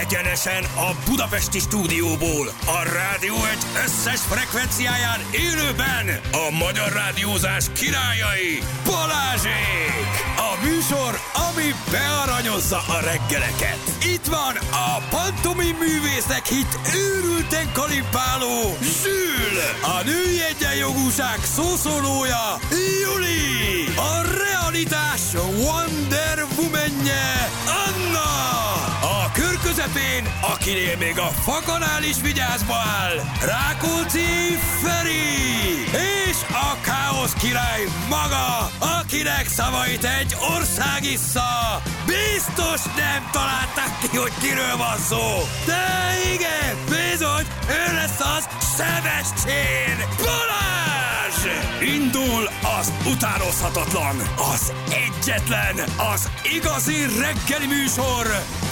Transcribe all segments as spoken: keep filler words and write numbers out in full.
Egyenesen a budapesti stúdióból, a Rádió egy összes frekvenciáján élőben a magyar rádiózás királyai, Balázsék! A műsor, ami bearanyozza a reggeleket. Itt van a pantomim művészek hit őrülten kalipáló Zsül, a női egyenjogúság szószólója Juli, a realitás Wonder Woman-je Anna, a kör közepén, akinél még a fakanál is vigyázba áll, Rákóczi Feri, és a káosz király maga, akinek szavait egy ország issza. Biztos nem találták ki, hogy kiről van szó. De igen, bizony, ő lesz az Sebestyén Balázs! Indul az utánozhatatlan, az egyetlen, az igazi reggeli műsor,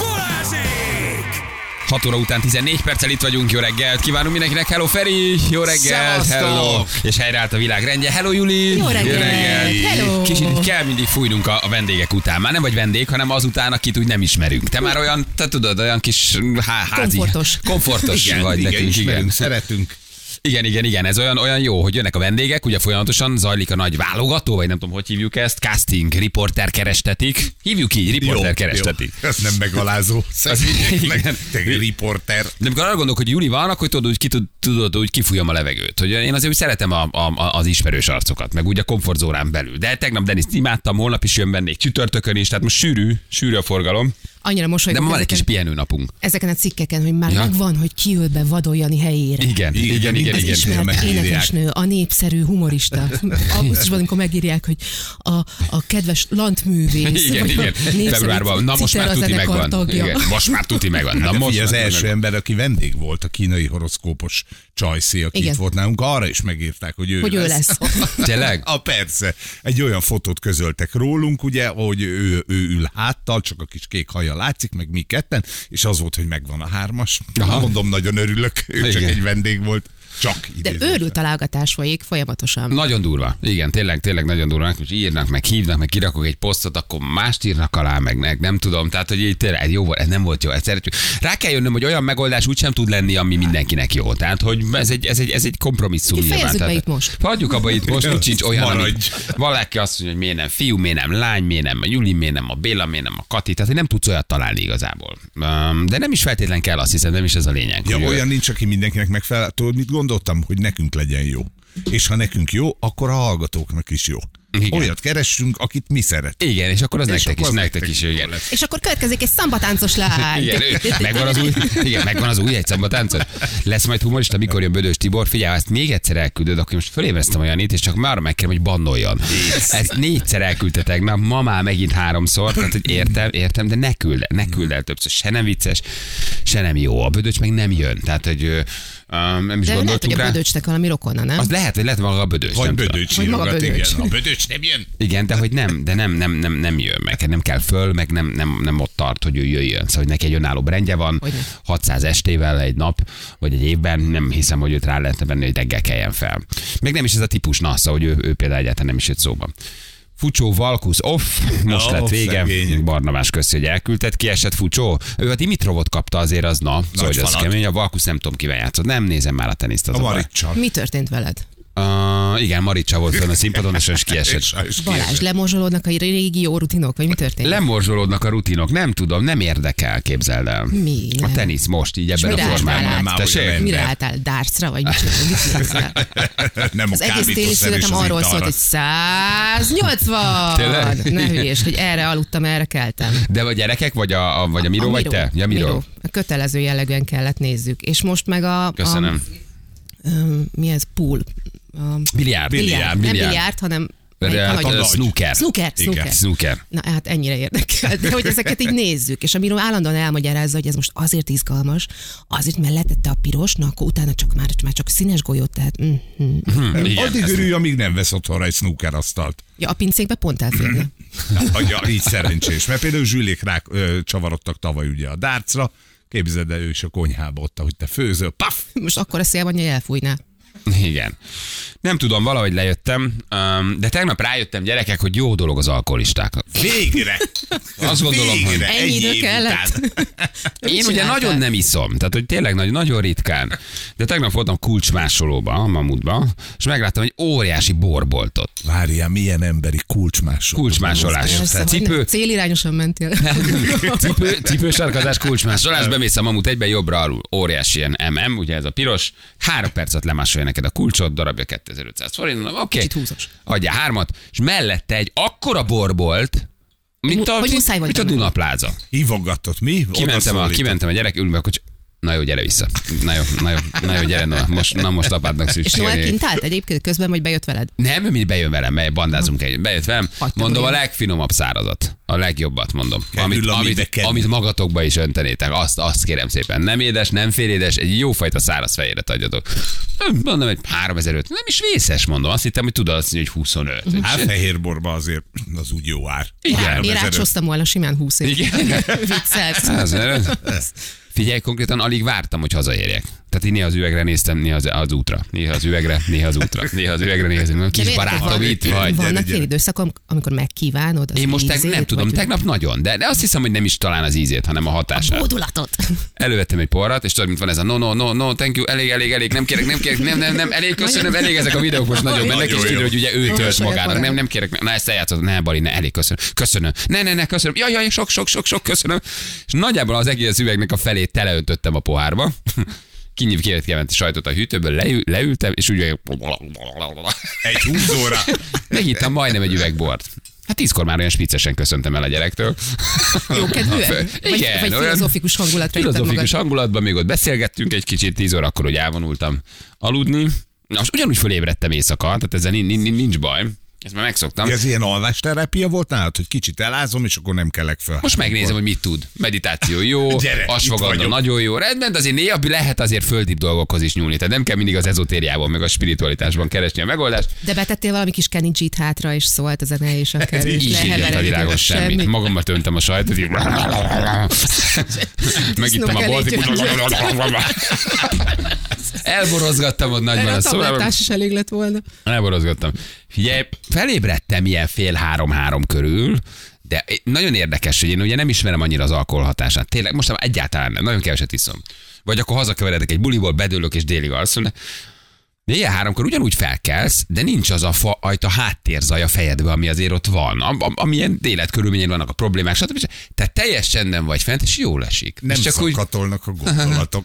Balázsék! hat óra után tizennégy perccel itt vagyunk, jó reggelt kívánunk mindenkinek, hello Feri, jó reggelt, hello, és helyreállt a világ rendje, hello Juli, jó reggelt, jó reggelt. Hello. Kicsit kell mindig fújnunk a, a vendégek után, már nem vagy vendég, hanem azután, akit úgy nem ismerünk. Te már olyan, te tudod, olyan kis há, házi, komfortos, komfortos igen, vagy igen, nekünk, ismerünk, igen. szeretünk. Igen, igen, igen, ez olyan, olyan jó, hogy jönnek a vendégek, ugye folyamatosan zajlik a nagy válogató, vagy nem tudom, hogy hívjuk ezt, casting, riporter kerestetik. Hívjuk így, riporter jó, kerestetik. Jó. Ez nem megalázó. Igen. Riporter. De amikor arra gondolok, hogy Juli van, akkor tudod, úgy, ki, tudod, úgy kifújom a levegőt. Hogy én azért úgy szeretem a, a, az ismerős arcokat, meg úgy a komfortzónán belül. De tegnap Deniszt imádtam, holnap is jön vendég, csütörtökön is, tehát most sűrű, sűrű a forgalom. Annyira mosolygok. De ma van egy kis pihenőnapunk. Ezeken a cikkeken, hogy már ja. megvan, hogy ki jött be Vadoljani helyére. Igen, igen, igen. igen, az igen, ismert énekesnő, a népszerű humorista. Augusztusban, amikor megírják, hogy a, a kedves lantművész. Igen, igen. Februárban. Na most már tuti megvan. Igen, most már tuti megvan. Na, most az első megvan. Ember, aki vendég volt, a kínai horoszkópos Csajszé, aki itt volt nálunk, arra is megírták, hogy ő hogy lesz. Ő lesz. Tényleg? A persze. Egy olyan fotót közöltek rólunk, ugye, hogy ő, ő ül háttal, csak a kis kék haja látszik, meg mi ketten, és az volt, hogy megvan a hármas. Aha. Mondom, nagyon örülök, ő igen. Csak egy vendég volt. Csak de őrült találgatás folyik folyamatosan. Nagyon durva. Igen, tényleg, tényleg nagyon durva. Most írnak, meg hívnak, meg kirakok egy posztot, akkor mást írnak alá, meg, meg nem tudom. Tehát, hogy így tényleg jó volt, ez nem volt jó, ezt szeretjük. Rá kell jönnöm, hogy olyan megoldás úgy sem tud lenni, ami mindenkinek jó. Tehát, hogy ez egy, ez egy, ez egy kompromisszum. Fejezzük be itt most. Hagyjuk abba itt most, úgy sincs olyan, ami valaki azt mondja, hogy miért nem fiú, miért nem lány, miért nem a Juli, miért nem a Béla, miért nem a Kati. Tehát, hogy nem tudsz olyat találni igazából. De nem is feltétlen kell, azt hiszem, nem is ez a lényeg. Ja, olyan nincs, aki mindenkinek megfelel. Tudod, mit gondoltam, hogy nekünk legyen jó. És ha nekünk jó, akkor a hallgatóknak is jó. Igen. Olyat keressünk, akit mi szeretünk. Igen, és akkor az és nektek akkor is, nektek is, igen. És akkor következik egy szambatáncos lány. Igen, megvan az új, igen, megvan az új egy szambatáncos. Lesz majd humorista, mikor jön Bödös Tibor. Figyelj, ezt még egyszer elküldöd, akkor most fölébreztem olyan itt, és csak már megkérem, hogy bannoljon. Ezt négyszer elküldte tegnap, ma már megint háromszor, tehát hogy értem, értem, de ne küld el, ne küld el többször. Se nem vicces, se nem jó. A Bödös meg nem jön. Tehát, hogy Um, nem is de lehet, hogy rá. a Bödöcsnek valami rokona, nem? Az lehet, hogy lehet maga a Bödöcs. Vagy Bödöcs írogat, igen. A Bödöcs nem jön. Igen, de hogy nem, de nem, nem, nem, nem jön meg. Nem kell föl, meg nem, nem, nem ott tart, hogy ő jöjjön. Szóval, hogy neki egy önálló brandje van, hogyne. hatszáz estével egy nap, vagy egy évben, nem hiszem, hogy őt rá lehetne venni, hogy reggel keljen fel. Meg nem is ez a típus, na, szóval, hogy ő, ő például egyáltalán nem is jött szóba. Fucsó, Valkusz, off, most oh, lett vége. Szegény. Barnabás köszi, hogy elküldted. Ki esett Fucsó? Ő a Dimitrovot kapta azért, az na. Szóval, hogy az kemény. A Valkusz nem tudom, kivel játszott. Nem nézem már a teniszt. Az a Maricsal. Mi történt veled? Uh, igen, Maricsa volt fönn a színpadon, és is kiesett. Balázs, lemorzsolódnak a régi jó rutinok, vagy mi történt? Lemorzsolódnak a rutinok, nem tudom, nem érdekel, képzeld el. Mi? A tenisz most, így ebben a formában. Mire álltál? Dartsra, vagy mit csinálsz? Nem az egész téli születem arról szólt, hogy száznyolcvan. Ne hülyés, hogy erre aludtam, erre keltem. De a gyerekek, vagy a, vagy a Miró, vagy te? Ja, Miró. A kötelező jellegűen kellett nézzük. És most meg a... Köszönöm. Mi ez? Pool. Biliárd. Biliárd. Nem biliárd, hanem Snooker. Snooker. Snooker. Snooker. Na hát ennyire érdekel. De hogy ezeket így nézzük, és a Miró állandóan elmagyarázza, hogy ez most azért izgalmas, azért, mert letette a piros, na akkor utána csak már, már csak színes golyót, tehát... Mm-hmm. Hmm, addig örülj, amíg nem vesz otthonra egy snooker asztalt. Ja, a pincékbe pont elférne. Ja, így szerencsés. Mert például Zsülék rá ö, csavarodtak tavaly ugye a dartsra, képzeld el, ő is a konyhába ott, hogy te főzöl, paf! Most akkor a szél van, hogy elfújná. Igen. Nem tudom, valahogy lejöttem, de tegnap rájöttem, gyerekek, hogy jó dolog az alkoholistáknak. Végre! Azt gondolom, Végre. hogy Ennyi idő kellett. én ugye nagyon nem iszom, tehát hogy tényleg nagy, nagyon ritkán. De tegnap voltam kulcsmásolóba, a Mamutba, és megláttam egy óriási borboltot. Várjál, milyen emberi kulcsmásoló. Kulcsmásolás. Persze, Cipő, hogy célirányosan mentél. cipő, cipősarkazás, kulcsmásolás, bemész a Mamut egyben jobbra alul. Óriási ilyen em em, ugye ez a piros. Három percet lemásolja neked a kulcsot, darabja kétezer-ötszáz forint. Oké, okay. Adja hármat, és mellette egy akkora borbolt, mint a, hogy muszáj mint a Dunapláza. Hívogatott, mi? Kimentem a, kimentem a gyerek, ülve a kocsi. Na jó, gyere vissza. Na jó, na jó, na jó gyere, na most, na most apádnak És szüksége. Noel kint állt egyébként közben, vagy bejött veled? Nem, mi bejön velem, mely bandázunk egy. Bejött velem, Hagytam mondom a én. legfinomabb szárazat. A legjobbat mondom. Kerül, Amit, amibe amit, kerül. amit magatokba is öntenétek. Azt, azt kérem szépen. Nem édes, nem félédes, egy jófajta száraz fejéret adjatok. Mondom, hogy háromezer-öt. Nem is vészes, mondom. Azt hittem, hogy tudod azt mondani, hogy huszonöt. Hát fehérborba azért az úgy jó ár. Igen. Én rácsoztam volna simán húsz év. Igen. Viccelsz. Az, figyelj, konkrétan alig vártam, hogy hazaérjek. Tehát én néha az üvegre néztem, néha az, az útra. Néha az üvegre, néha az útra. Néha az üvegre nézem. Kis miért? barátom, Van- itt vagy. Vannak gyere. ilyen időszakon, amikor megkívánod az Én most teg- ízét, nem tudom, vagy tegnap nagyon, de, de azt hiszem, hogy nem is talán az ízét, hanem a a hatását. bódulatot. Elővettem egy porrat, és tudod, mint van ez a no, no, no, no, thank you, elég, elég, elég, nem kérek, nem kérek, nem, nem, nem, elég, köszönöm, elég, ezek a videók most nagyon mennek, és Nagyon kiderül, jó. hogy ugye ő Nagyon tölt saját magának, nem, barát. nem kérek, na ezt eljátszott, ne, Bali, ne, elég, köszönöm, köszönöm, ne, ne, ne, köszönöm, jaj, jaj, sok, sok, sok, sok, köszönöm. És nagyjából az egész üvegnek a felét teleöntöttem a pohárba. Kinyív kért kiment sajtot a hűtőből, leül, leültem, és úgy Egy húzóra. megittam majdnem egy üveg bort. Hát tízkor már olyan spiccesen köszöntem el a gyerektől. Jó kedvűen? Vagy, Igen, vagy olyan filozófikus hangulatra itted magad? Filozofikus hangulatban még ott beszélgettünk egy kicsit, tíz órakor, hogy elvonultam aludni. Na most ugyanúgy fölébredtem éjszaka, tehát ezzel nincs, nincs baj. Ezt már megszoktam. Ez ilyen alvásterápia volt nálad, hogy kicsit elázom, és akkor nem kelek fel. Most megnézem, hogy mit tud. Meditáció jó, Gyere, itt asfaganda vagyok. nagyon jó. Rendben, de azért néha lehet azért földibb dolgokhoz is nyúlni. Tehát nem kell mindig az ezotériában, meg a spiritualitásban keresni a megoldást. De betettél valami kis kennidzsit hátra, és szólt a zene, és akár Így ígyett a világos semmi. Magammal töntem a sajtot, így megittem a bolt, elborozgattam ott nagyban Erre a a szobában. tablettás is elég lett volna. Elborozgattam. Figyelj, felébredtem ilyen fél három-három körül, de nagyon érdekes, hogy én ugye nem ismerem annyira az alkohol hatását. Tényleg, most már egyáltalán nem, nagyon keveset iszom. Vagy akkor hazakeveredek egy buliból, bedőlök és délig alszom. De ilyen háromkor ugyanúgy felkelsz, de nincs az a fajta háttérzaj a fejedbe, ami azért ott van. Am- am- amilyen életkörülményen vannak a problémák, stb. Tehát teljes csendben vagy fent, és jól esik. Nem és csak úgy... szakatolnak a gondolatok.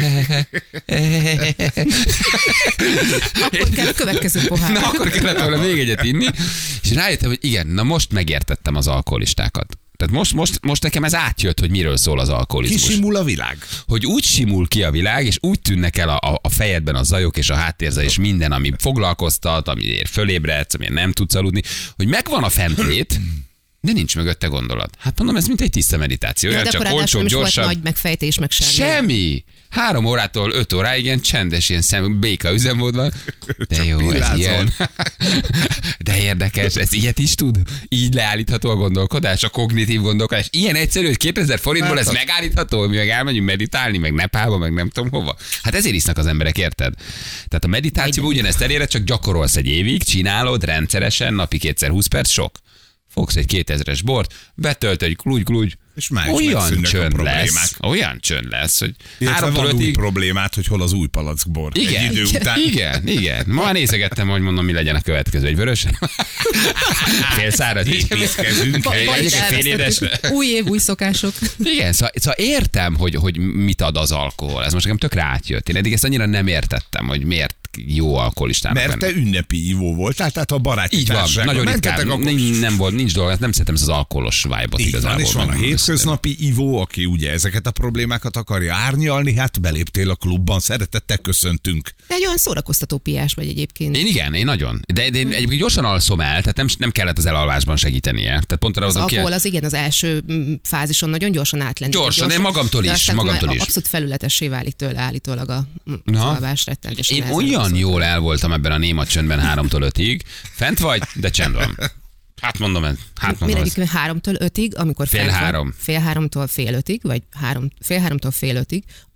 Akkor kell a következő pohár. Na, akkor kellett volna még egyet inni, és rájöttem, hogy igen, na most megértettem az alkoholistákat. Tehát most, most, most nekem ez átjött, hogy miről szól az alkoholizmus. Kisimul a világ. Hogy úgy simul ki a világ, és úgy tűnnek el a, a, a fejedben a zajok és a háttérzaj, és minden, ami foglalkoztat, amiért fölébredsz, amiért nem tudsz aludni, hogy megvan a fentrét, de nincs mögötte gondolat. Hát mondom, ez mint egy tiszta meditáció. Ja, Olyan de csak akkor ráadásul olcsóbb, nem is volt gyorsabb. nagy megfejtés, meg semmi. Semmi. Három órától öt óráig ilyen csendes, ilyen szem, béka üzemmód van. De Csak jó, ez pillázol. ilyen. De érdekes, ez ilyet is tud? Így leállítható a gondolkodás, a kognitív gondolkodás. Ilyen egyszerű, hogy kétezer forintból Hát ez az- megállítható, hogy mi meg elmegyünk meditálni, meg Nepálba, meg nem tudom hova. Hát ezért isznak az emberek, érted? Tehát a meditációban ugyanezt eléred, csak gyakorolsz egy évig, csinálod rendszeresen, napi kétszer húsz perc, sok. Fogsz egy kétezres bort, betölt egy glúgy-glúgy, És már is olyan megszűnnek a csönd problémák. lesz, olyan csönd lesz, hogy Illetve háromtól van új ötig... problémát, hogy hol az új palackbor. Igen, Egy idő után. igen, igen. Ma már nézegettem, hogy mondom, mi legyen a következő. Egy vörös? Fél száraz? Építkezünk. Vagy Egyébként fél édesre. elvesztettük. Új év, új szokások. Igen, szóval, szóval értem, hogy, hogy mit ad az alkohol. Ez most nekem tökre átjött. Én eddig ezt annyira nem értettem, hogy miért jó alkoholistának Mert te lenni. ünnepi ivó voltál, tehát a baráti Így van, társaságban nagyon mentetek, ritkán. akkor- Nem, nem volt, nincs dolga, nem szeretem ezt az alkoholos vibe-ot Így igazából. van, és van a megmondom hétköznapi ivó, aki ugye ezeket a problémákat akarja árnyalni, hát beléptél a klubban, szeretettel köszöntünk. De egy olyan szórakoztató piás vagy egyébként. Én igen, én nagyon. De, de én egyébként gyorsan alszom el, tehát nem, nem kellett az elalvásban segítenie. Tehát pont arra Az hozom ki. alkohol az igen, az első mm, fázison nagyon gyorsan átlendít. Gyorsan, én magamtól de is, aztán magamtól már is. Abszolút felületessé válik tőle állítólag a mm, Na. alvás rettentesen. Én nehezen olyan alszol. jól el voltam ebben a néma csöndben háromtól ötig. Fent vagy, de csend van. Hát mondom, ez- hát mondom, Mire ez. egyébként háromtól ötig, amikor Fél fent van, három. fél háromtól fél ötig, vagy három, fél háromtól fél ötig,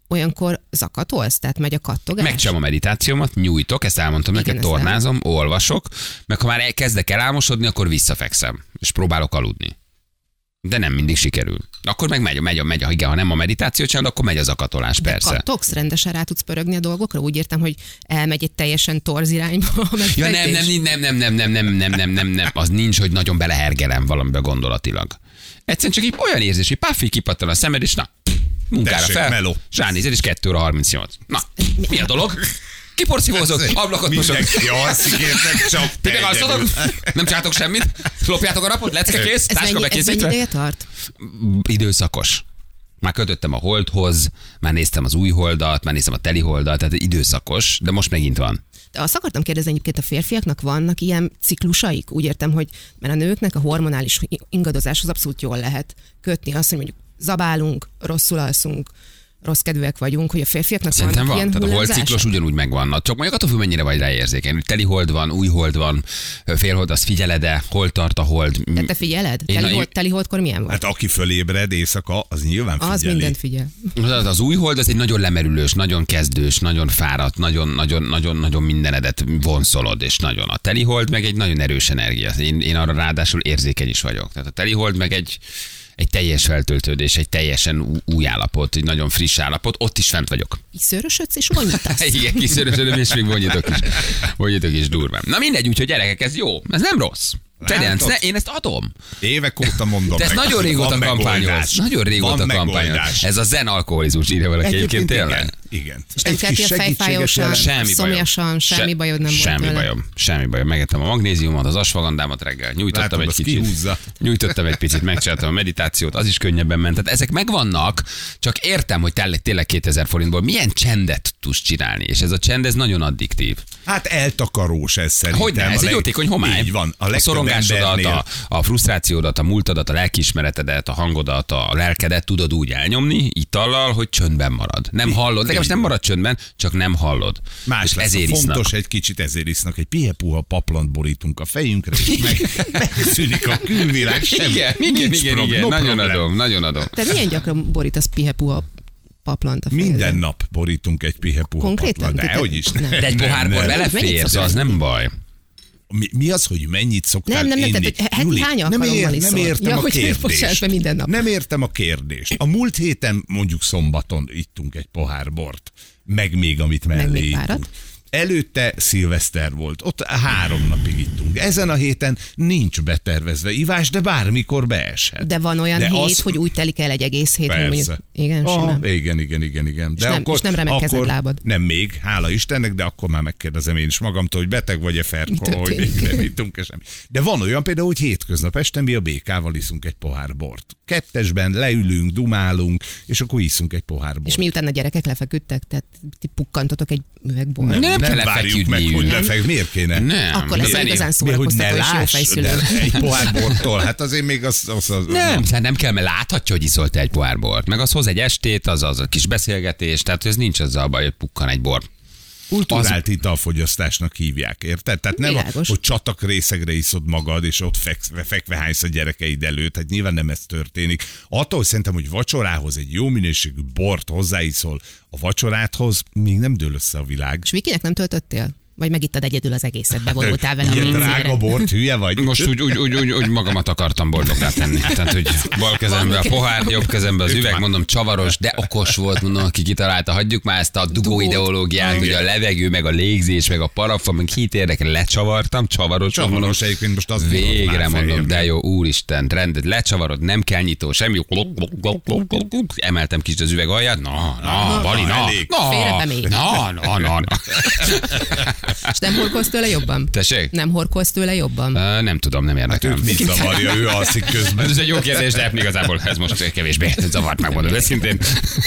olyankor zakatolsz? Tehát megy a kattogás? Megcsinálom a meditációmat, nyújtok, ezt elmondtam neked, tornázom, olvasok, meg ha már kezdek el álmosodni, akkor visszafekszem, és próbálok aludni. De nem mindig sikerül. Akkor meg megy, megy, megy, igen, ha nem a meditáció csinálod, akkor megy az akatolás, de persze. kattogsz, rendesen rá tudsz pörögni a dolgokra? Úgy értem, hogy elmegy egy teljesen torz irányba. Ja, nem, nem, nem, nem, nem, nem, nem, nem, nem, nem, nem, az nincs, hogy nagyon belehergelem valamibe gondolatilag. Egyszerűen csak egy olyan érzés, hogy paffi kipattan a szemed, és na, munkára Tessék, fel, meló. ránézed, és kettő óra harmincnyolc. Na, mi a dolog? Kiporszívózok, ablakot mosok. Mindenki alszik, érted, csak te Tényleg alszotok? Nem csináltok semmit? Lopjátok a rapot? Lecke kész? Ez Táska mennyi, ez mennyi bekészítve? ideje tart? Időszakos. Már kötöttem a holdhoz, már néztem az új holdat, már néztem a teli holdat, tehát időszakos, de most megint van. De azt akartam kérdezni, egyébként a férfiaknak vannak ilyen ciklusaik? Úgy értem, hogy mert a nőknek a hormonális ingadozáshoz abszolút jól lehet kötni azt, hogy mondjuk zabálunk, rosszul alszunk, rossz kedvűek vagyunk, hogy a férfiaknak Szerintem vannak van, ilyen tehát a holdciklus ugyanúgy megvan. Csak mondjuk attól függ, mennyire vagy rá érzékeny. Teli hold van, új hold van, félhold, azt figyeled-e, hol tart a hold. De te figyeled? Én Teli, a- hold, teli holdkor milyen van? Hát aki fölébred éjszaka, az nyilván figyeli. Az mindent figyel. Az, az új hold az egy nagyon lemerülős, nagyon kezdős, nagyon fáradt, nagyon, nagyon, nagyon, nagyon mindenedet vonszolod, és nagyon. A teli hold meg egy nagyon erős energia. Én, én arra ráadásul érzékeny is vagyok. Tehát a teli hold meg egy egy teljes feltöltődés, egy teljesen ú- új állapot, egy nagyon friss állapot, ott is fent vagyok. Így szőrösödsz és vonyítasz. Igen, kiszörösödöm, és még vonyítok is. Vonyítok is durván. Na mindegy, úgyhogy gyerekek, ez jó, ez nem rossz. Ferenc, ne, én ezt adom. Évek óta mondom. Te ezt meg. nagyon régóta Van kampányolsz. megoldás. Nagyon régóta Van kampányolsz. megoldás. Ez a zen alkoholizmus, írja valaki egyébként tényleg. igen. igen. És nem Egy kelti kis a fejfájósan, segítséget jelent. Semmi bajom. szomjasan, semmi Se- bajod nem volt Semmi vele. bajom, semmi bajom. Megettem a magnéziumot, az asfagandámat reggel, nyújtottam Látod, egy az kicsit. kihúzza. Nyújtottam egy picit, megcsináltam a meditációt, az is könnyebben ment. Tehát ezek megvannak, csak értem, hogy tényleg, tényleg kétezer forintból milyen csendet tudsz csinálni, és ez a csend, ez nagyon addiktív. Hát eltakarós ez szerintem. Hogyne, ez A egy leg- jótékony homály. Így van. A, A legtöbb szorongásodat, embernél- a, a frusztrációdat, a múltadat, a lelkiismeretedet, a hangodat, a lelkedet tudod úgy elnyomni itallal, hogy csöndben marad. Nem hallod, legalábbis nem marad csöndben, csak nem hallod. Más és lesz, ezért fontos isznak. egy kicsit, ezért isznak. Egy pihepuha paplant borítunk a fejünkre, és meg, megszűnik a külvilág. Semmi. Igen, igen, Nincs igen, prob- igen, no nagyon problem. adom, nagyon adom. Te milyen gyakran borítasz pihepuha paplant a fejedre? Minden nap borítunk egy pihepuha Konkrétan? paplant. De- De hogy is. nem. De egy pohárból Mennyit beleférsz, szoktál? az nem baj. Mi, mi az, hogy mennyit szoktál Nem, nem, nem, inni? tehát, hogy heti Juli, hány nem, alkalommal ér, nem iszol? értem Ja, a hogy kérdést. bocsánat, mert minden nap. Nem értem a kérdést. A múlt héten, mondjuk szombaton ittunk egy pohár bort, meg még amit mellé még ittunk. párat? Előtte szilveszter volt, ott három napig ittunk. Ezen a héten nincs betervezve ivás, de bármikor beeshet. De van olyan De hét, az- hogy úgy telik el egy egész hét, hogy Persze. mondjuk, igen, Aha, simán. igen, igen, igen, igen. De nem- akkor, és nem remegkezed akkor, lábad. Nem még, hála Istennek, de akkor már megkérdezem én is magamtól, hogy beteg vagy-e Ferko, Mi hogy történik? nem ittunk-e semmi. De van olyan például, hogy hétköznap este mi a bé ká-val iszunk egy pohár bort. Kettesben leülünk, dumálunk, és akkor iszunk egy pohár bort. És miután a gyerekek lefeküdtek, tehát ti pukkantotok egy üveg bort. Nem nem kell várjuk meg, lefeküdni, hogy nem. lefek. Miért kéne? Nem. Akkor lesz nem, igazán Mi, hogy ne szórakoztató és jó láss, fejszülő. de egy pohár bortól, hát azért még az... az, az Nem, szóval nem kell, mert láthatja, hogy iszolt egy pohár bort. Meg az hoz egy estét, az az a kis beszélgetés, tehát ez nincs azzal a baj, hogy pukkan egy bor. Kulturált italfogyasztásnak hívják, érted? Tehát nem, a, Világos. hogy csatak részegre iszod magad, és ott fekve, fekve hánysz a gyerekeid előtt, hát nyilván nem ez történik. Attól, hogy szerintem, hogy vacsorához egy jó minőségű bort hozzáiszol a vacsorádhoz, még nem dől össze a világ. És Vikinek nem töltöttél? Vagy megittad egyedül az egészet, bevonultál vele a Ilyen pincére? drága bort, hülye vagy? Most úgy, úgy, úgy, úgy, úgy magamat akartam boldoggá tenni. Tehát, hogy bal kezembe a pohár, jobb kezembe az üveg, mondom csavaros, de okos volt, mondom, aki kitalálta, hagyjuk már ezt a dugó ideológiát, hogy a levegő, meg a légzés, meg a parafon, meg hit érdekel, lecsavartam, csavaros, mondom, Csavaros egyébként most az végre mondom, de jó, úristen, rendet, lecsavarod, nem kell nyitó, semmi, emeltem kicsit az üveg alját, na, na, Bali, na, elég. na, Félre még. na, na, na, na. És nem horkolsz tőle jobban? Tessék? Nem horkolsz tőle jobban? Ö, Nem tudom, nem érdekel. Őt mit zavarja, ő alszik közben. Ez egy jó kérdés, de igazából ez most kevésbé zavart, megmondom őszintén.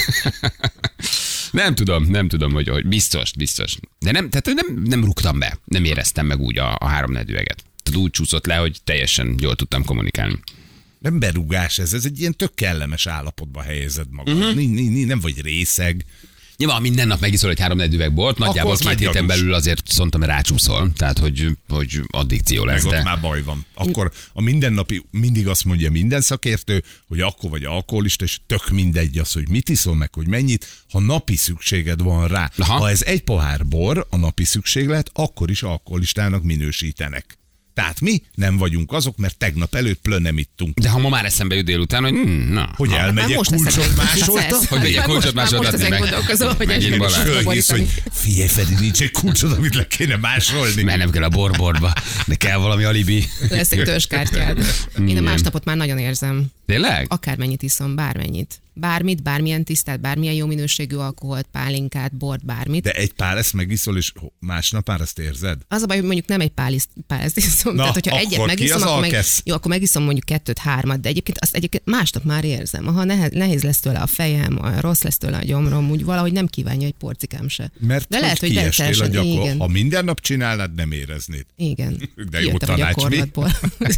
Nem tudom, nem tudom, hogy, hogy biztos, biztos. De nem, tehát nem, nem rúgtam be, nem éreztem meg úgy a, a három üveget. Tehát úgy csúszott le, hogy teljesen jól tudtam kommunikálni. Nem berúgás ez, ez egy ilyen tök kellemes állapotba helyezed magad. Uh-huh. Ni, ni, ni, nem vagy részeg. Nyilván minden nap megiszol egy három-négy üveg bort, nagyjából az két már héten gyanús. belül azért szontam rácsúszol, tehát hogy, hogy addikció lesz. Meg ott De... már baj van. Akkor a mindennapi, mindig azt mondja minden szakértő, hogy akkor vagy alkoholista, és tök mindegy az, hogy mit iszol meg, hogy mennyit, ha napi szükséged van rá. Aha. Ha ez egy pohár bor, a napi szükséglet, akkor is alkoholistának minősítenek. Tehát mi nem vagyunk azok, mert tegnap előtt plö nem ittunk. De ha ma már eszembe jut délután, hogy hm, na. Hogy Már elmegyek most kulcsot eszembe jut, másolta? vicces. Hogy megyek Már kulcsot most- már másoltatni, most meg- ezen gondolkozom, hogy megint esetleg Balázs. Fölhívsz, hogy borítani. figyelj Feri, nincs egy kulcsod, amit le kéne másolni. Mert nem kell a borborba, de kell valami alibi. Lesz egy törzskártyád. Én a másnapot már nagyon érzem. Tényleg? Akármennyit iszom, bármennyit. Bármit, bármilyen tisztát, bármilyen jó minőségű alkoholt, pálinkát, bort, bármit. De egy pár ezt megiszol, és másnap már ezt érzed? Az a baj, hogy mondjuk nem egy pál, pál ezt iszom. Na, Tehát, hogyha akkor egyet ki megiszom, az akkor, meg, alkesz? jó, akkor megiszom mondjuk kettőt, hármat, de egyébként azt egyébként másnap már érzem. Aha, nehez, nehéz lesz tőle a fejem, a rossz lesz tőle a gyomrom, úgy valahogy nem kívánja egy porcikám se. Mert de lehet, hogy kiestél a rendszeresen, gyakor... igen. Ha minden nap csinálnád, nem éreznéd. Igen. De jó Kijöttem a tanács, mi? gyakorlatból.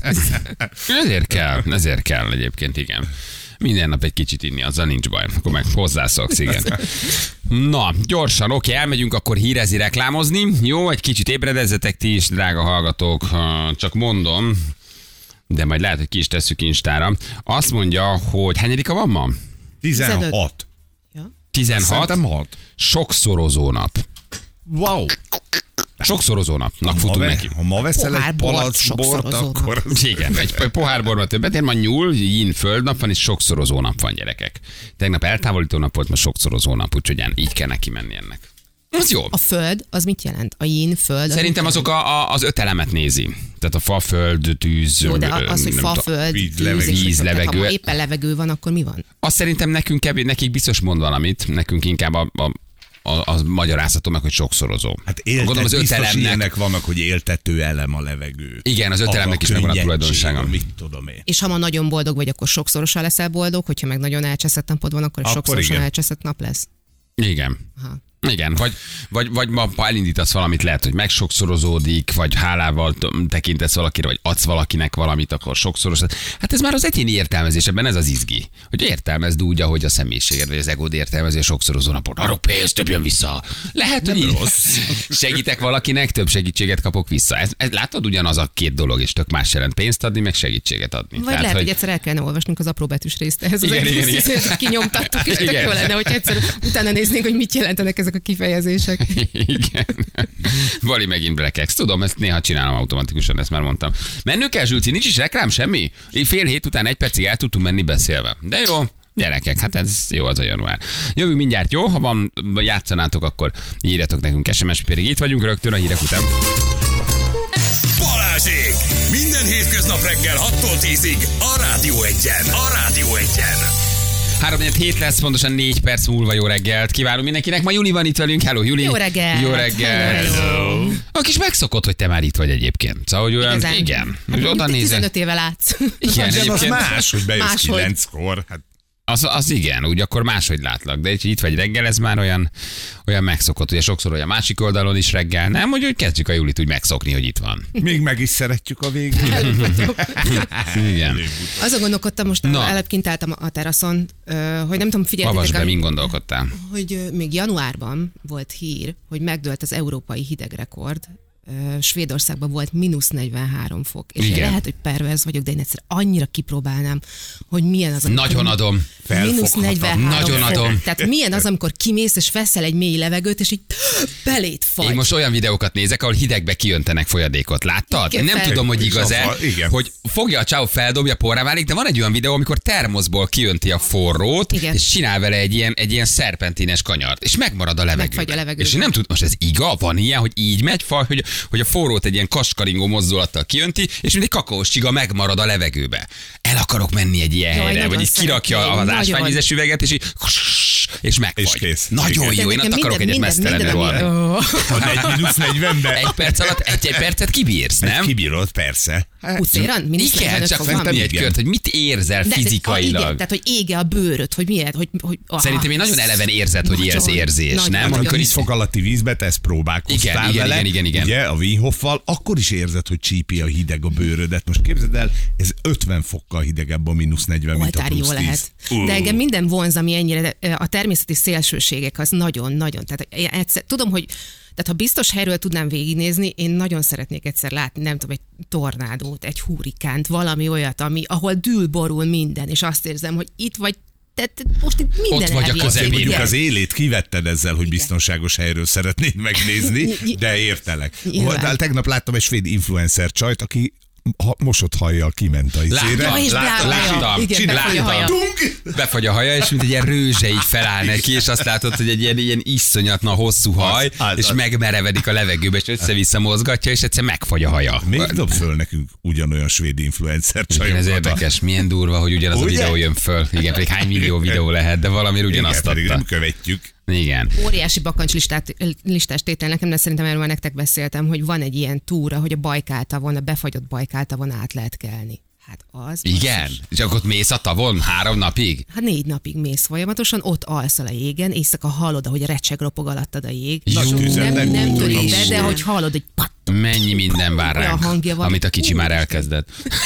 Ezért kell, ezért kell egyébként, igen. Minden nap egy kicsit inni, azzal nincs baj. Akkor meg hozzászoksz, igen. Na, gyorsan, oké, elmegyünk akkor hírezni, reklámozni. Jó, egy kicsit ébredezzetek ti is, drága hallgatók, ha csak mondom, de majd lehet, hogy ki is tesszük Instára. Azt mondja, hogy hányadika van ma? tizenhat. Ja. tizenhat. Szerintem hat. Sokszorozó nap. Wow. Sokszorozó napnak Ha, futunk ve, neki. ha ma veszel Pohár egy bort palack bort, sokszorozónak. akkor... az- Igen, egy pohár borban többet ér, ma nyúl, yin földnap van, és sokszorozó nap van, gyerekek. Tegnap eltávolító nap volt, ma sokszorozó nap, úgyhogy így kell neki menni ennek. Az jó. A föld, az mit jelent? A yin, föld? az Szerintem mit azok a, a, az öt elemet nézi. Tehát a fa, föld, tűz, Jó, de ö, az, hogy nem fa, tudom. föld, víz, tűz, levegő. és Víz, akkor- tehát levegő. Ha éppen levegő van, akkor mi van? Azt szerintem nekünk kevés, nekik biztos mond valamit, nekünk inkább a, a, a, a magyarázhatom meg, hogy sokszorozó. Hát éltet, Gondolom az öt biztos elemnek, ilyenek vannak, hogy éltető elem a levegő. Igen, az öt A- elemnek is megvan a könnyedség, tulajdonsága. Mit tudom én. És ha ma nagyon boldog vagy, akkor sokszorosan leszel boldog, hogyha meg nagyon elcseszett napod van, akkor, Akkor sokszorosan igen. elcseszett nap lesz. Igen. Aha. Igen, vagy, vagy, vagy ma ha elindítasz valamit, lehet, hogy megsokszorozódik, vagy hálával t- tekintesz valakire, vagy adsz valakinek valamit, akkor sokszoros. Hát ez már az egyéni értelmezésben, ez az izgi. Hogy értelmezd úgy, ahogy a személyiséged, vagy az egód értelmezi a sokszorozó napot. Arra pénzt, több jön vissza. Lehet, hogy így segítek valakinek, több segítséget kapok vissza. Ez, ez, látod, ugyanaz a két dolog, és tök más jelent pénzt adni, meg segítséget adni. Vagy Tehát, lehet, hogy... hogy egyszer el kellene olvasnunk az apróbetűs részt ehhez. Igen, az igen, egész igen. részt kinyomtattuk, és tök Igen. jó lenne, hogy egyszer utána néznénk, hogy mit jelentenek ezek a kifejezések. Igen. Vali megint brekex. Tudom, ezt néha csinálom automatikusan, ezt már mondtam. Mennünk kell, Zsülci, nincs is reklám, semmi? Így fél hét után egy percig el tudtunk menni beszélve. De jó, gyerekek, hát ez jó az a január. Jövünk mindjárt, jó? Ha van, játszanátok, akkor írjatok nekünk es em es, pedig itt vagyunk rögtön a hírek után. Balázsék! Minden hétköznap reggel hattól tízig a Rádió Egyen. A Rádió Egyen. három hét lesz, pontosan négy perc múlva jó reggelt. Kívánunk mindenkinek. Ma Juli van itt velünk. Hello, Juli. Jó reggelt. Jó reggelt. Hello. A kis megszokott, hogy te már itt vagy egyébként. Szóval, hogy olyan, Igazán. igen. Hát, Hogy oda nézel. tizenöt éve látsz. Igen, Az egyébként. más, hogy bejössz Máshogy. kilenckor. Hát Az, az igen, úgy akkor máshogy látlak, de itt vagy reggel, ez már olyan, olyan megszokott, ugye sokszor olyan másik oldalon is reggel, nem, hogy úgy kezdjük a Julit úgy megszokni, hogy itt van. még meg is szeretjük a végén. Igen. Azon gondolkodtam most, Na. előbb kint álltam a teraszon, ö, hogy nem tudom, Avasd figyeljetek, be, min gondolkodtál? hogy ö, még januárban volt hír, hogy megdőlt az európai hidegrekord. Ö, Svédországban volt mínusz negyvenhárom fok. És Igen. én lehet, hogy perverz vagyok, de én egyszer annyira kipróbálnám, hogy milyen az, amikor Nagyon adom. mínusz Felfoghatatlan. negyvenhárom Nagyon fok. adom. Tehát milyen az, amikor kimész és veszel egy mély levegőt, és így belét fagy. Én most olyan videókat nézek, ahol hidegbe kijöntenek folyadékot. Láttad? Igen, Nem fel- tudom, hogy igaz-e, Zavar, igen. hogy fogja a csáv, feldobja, porrá válik, de van egy olyan videó, amikor termoszból kijönti a forrót, Igen. és csinál vele egy ilyen, egy ilyen szerpentines kanyart, és megmarad a levegő. Megfagy a levegőben. És én nem tudom, most ez iga? Van ilyen, hogy így megy, fa, hogy, hogy a forrót egy ilyen kaskaringó mozdulattal kijönti, és mint egy kakaós csiga megmarad a levegőbe. El akarok menni egy ilyen Jaj, helyre, nagyon vagy így kirakja szeretném, az nagyon. ásványvizes üveget, és így és megfagy. És kész. Nagyon Igen. jó, én nekem ott akarok egyet minden- mesztelenül minden- rohanni. Ó. Ha egy mínusz negyvenbe. Egy perc alatt egy, egy percet kibírsz, nem? Kibírod, persze. Hát, Puszéran? Mínusz Igen, negyvenöt csak fok van? menni egy Igen. kört, hogy mit érzel De- de- fizikailag. Igen, tehát, hogy ége a bőröd, hogy milyen, hogy... hogy aha. Szerintem én nagyon eleven érzed, hogy élsz Nagyon, érzés, nagyon, nem? nagyon. Amikor tíz így fok alatti vízbe tesz próbálkoztál Igen, igen, vele, igen, igen, igen. ugye, a Winghoffal, akkor is érzed, hogy csípi a hideg a bőrödet. Most képzeld el, ez ötven fokkal hidegebb a mínusz negyven, mint a Oltári jó plusz lehet. tíz. De engem minden vonz, ami ennyire, de a természeti szélsőségek az nagyon-nagyon, tehát egyszer, tudom, hogy tehát ha biztos helyről tudnám végignézni, én nagyon szeretnék egyszer látni, nem tudom, egy tornádót, egy hurrikánt, valami olyat, ami, ahol dűl, borul minden, és azt érzem, hogy itt vagy, tehát most itt minden ott vagy a közepén. Mondjuk az élét kivetted ezzel, hogy biztonságos helyről szeretnéd megnézni, de értelek. De tegnap láttam egy svéd influencer csajt, aki ha, mosott hajjal kiment a izére. Láttam, láttam, láttam. Befagy a haja, és mint egy ilyen rőzse így feláll neki, és azt látod, hogy egy ilyen, ilyen iszonyatna hosszú haj, az, az, és az. megmerevedik a levegőbe, és össze-vissza mozgatja, és egyszer megfagy a haja. Még dob föl nekünk ugyanolyan svéd influencer csajokat. Ez érdekes, milyen durva, hogy ugyanaz Ugye? a videó jön föl. Igen, pedig hány millió videó lehet, de valamiért ugyanazt adta. Nem követjük. Igen. Óriási bakancs listát, listás tétel nekem, de szerintem erről már nektek beszéltem, hogy van egy ilyen túra, hogy a Bajkál-tavon, a befagyott Bajkál-tavon át lehet kelni. Hát az. Igen? Most... Csak ott mész a tavon három napig? Hát négy napig mész folyamatosan, ott alszol a jégen, éjszaka hallod, ahogy recseg ropog alattad a jég. Jó, nem, nem, nem törik be, de jó. hogy hallod, hogy pat. Mennyi minden vár ránk, amit a kicsi már elkezdett.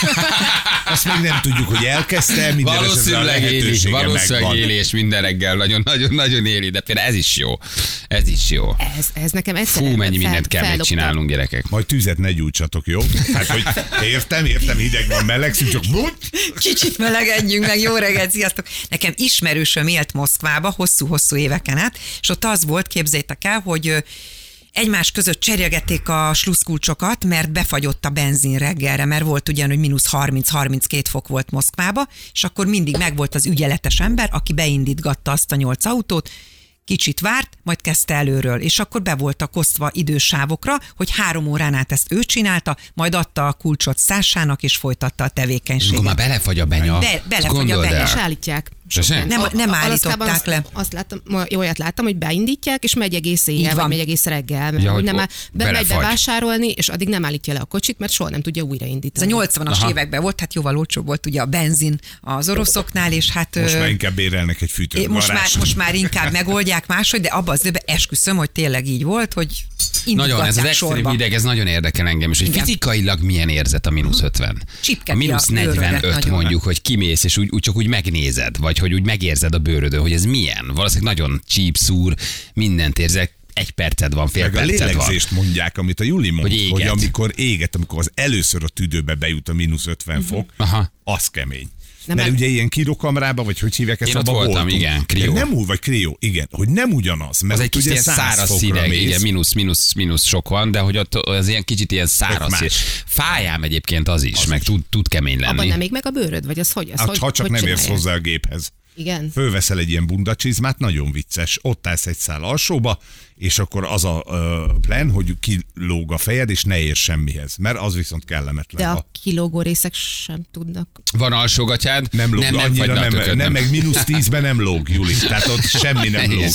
Azt még nem tudjuk, hogy elkezdte, minden valószínűleg éli, valószínűleg éli, és minden reggel nagyon-nagyon éli, de például ez is jó. Ez is jó. Ez, ez nekem egyszerűen. Fú, mennyi fel, mindent kell még csinálnunk, gyerekek. Majd tüzet ne gyújtsatok, jó? Hát, hogy értem, értem, hideg van, melegszünk, csak kicsit melegedjünk meg, jó reggelt, sziasztok. Nekem ismerősöm élt Moszkvába hosszú-hosszú éveken át, és ott az volt, képzeljétek el, hogy egymás között cserélgették a sluszkulcsokat, mert befagyott a benzin reggelre, mert volt ugyan, hogy mínusz harminc-harminckét fok volt Moszkvába, és akkor mindig megvolt az ügyeletes ember, aki beindítgatta azt a nyolc autót, kicsit várt, majd kezdte előről, és akkor be voltak osztva idősávokra, hogy három órán át ezt ő csinálta, majd adta a kulcsot Szásának, és folytatta a tevékenységet. Akkor már belefagy a benya. Be, belefagy a benya. És állítják. Nem, nem, nem a, állították azt, le. Azt láttam, olyat láttam, hogy beindítják, és megy egész éjjel, vagy megy egész reggel. Mert ja, nem áll, bemegy bevásárolni, és addig nem állítja le a kocsit, mert soha nem tudja újraindítani. Ez a nyolcvanas Aha. években volt, hát jóval olcsóbb volt ugye a benzin az oroszoknál, és hát... Most már inkább bérelnek egy fűtőt. Most már, most már inkább megoldják máshogy, de abban az időben esküszöm, hogy tényleg így volt, hogy nagyon, ez az extrém hideg, ez nagyon érdekel engem is, hogy igen. Fizikailag milyen érzet a mínusz ötven. Csipketi a mínusz negyvenöt mondjuk, hogy kimész, és úgy, úgy csak úgy megnézed, vagy hogy úgy megérzed a bőrödön, hogy ez milyen. Valószínűleg nagyon csíp, szúr, mindent érzek. Egy perced van, fél meg perced van. A lélegzést mondják, amit a Juli mond, hogy, hogy amikor éget, amikor az először a tüdőbe bejut a mínusz ötven uh-huh. fok, Aha. az kemény. Nem Mert el... ugye ilyen kirokamrába, vagy hogy hívják ezt? Én ott voltam, voltunk. Igen, krió. Nem úgy, vagy krió, igen, hogy nem ugyanaz. Mert az egy kicsit ilyen száraz színek, igen, mínusz, mínusz, mínusz sok van, de hogy ott az ilyen kicsit ilyen száraz szín. Fájám egyébként az is, az meg is. Tud, tud kemény lenni. Abban nem még meg a bőröd, vagy az hogy? Az hát, hogy ha csak hogy nem érsz hozzá a géphez. Igen. Fölveszel egy ilyen bundacsizmát, nagyon vicces, ott állsz egy szál alsóba, és akkor az a uh, plan, hogy kilóg a fejed, és ne ér semmihez, mert az viszont kellemetlen. De a kilógó részek sem tudnak. Van alsógatyád? Nem lóg, nem, nem, annyira nem, nem, nem, meg mínusz tízben nem lóg, Juli, tehát ott semmi nem lóg.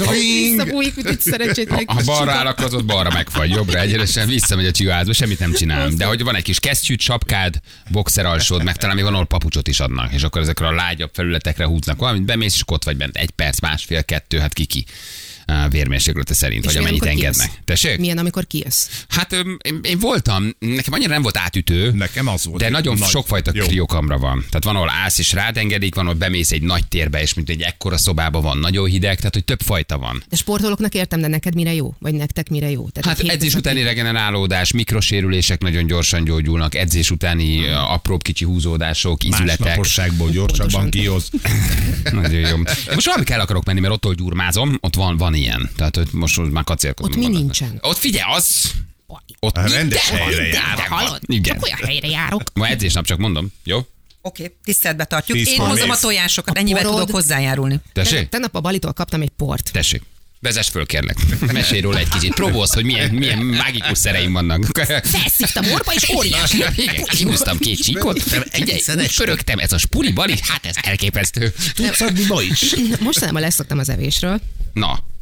Ha, ha balra áll, akkor ott balra megfagy, jobbra egyenesen visszamegy a csigázba, semmit nem csinálom. De hogy van egy kis kesztyűd, sapkád, boxer alsód, meg talán még van, ahol papucsot is adnak, és akkor ezekre a lágyabb felületekre húznak valamit, bemész, és ott vagy bent egy perc, másfél, kettő, hát kiki. Vérmérséklete szerint, vagy amennyit engednek. Tessék? Milyen, amikor kijössz? Hát én, én voltam, nekem annyira nem volt átütő. Nekem az volt. De nagyon nagy, sokfajta kriokamra van. Tehát van, ahol állsz és rád engedik, van, ahol bemész egy nagy térbe, és mint egy ekkora szobában van nagyon hideg, tehát hogy több fajta van. De sportolóknak értem, de neked mire jó? Vagy nektek mire jó? Tehát hát edzés utáni regenerálódás, mikrosérülések nagyon gyorsan gyógyulnak, edzés utáni apróbb kicsi húzódások, izületek. Másnaposságból gyorsabban kihoz. Nagyon jó. Most valami kell akarok menni, mert ottól gyurmázom, ott van, van ilyen. Tehát hogy most, most már kacérkodom. Ott mi magadnak. Nincsen? Ott figyelj, az... Ott a rendes helyre járok. Csak olyan helyre járok. Ma edzésnap csak mondom, jó? Oké, okay, tiszteletbe tartjuk. Én hozom a tojásokat, ennyivel tudok hozzájárulni. Tessék? Tegnap a Balitól kaptam egy port. Tessék. Vezess föl, kérlek. Mesélj róla egy kicsit. Próbálsz, hogy milyen, milyen mágikus szereim vannak. Felszívtam orba, és óriási. Igen, kihúztam két csíkot. Figyelj, úgy pörögtem, ez a spuli bali, hát ez elképesztő. Tudsz adni ma is. Mostanában leszoktam az evésről. Na.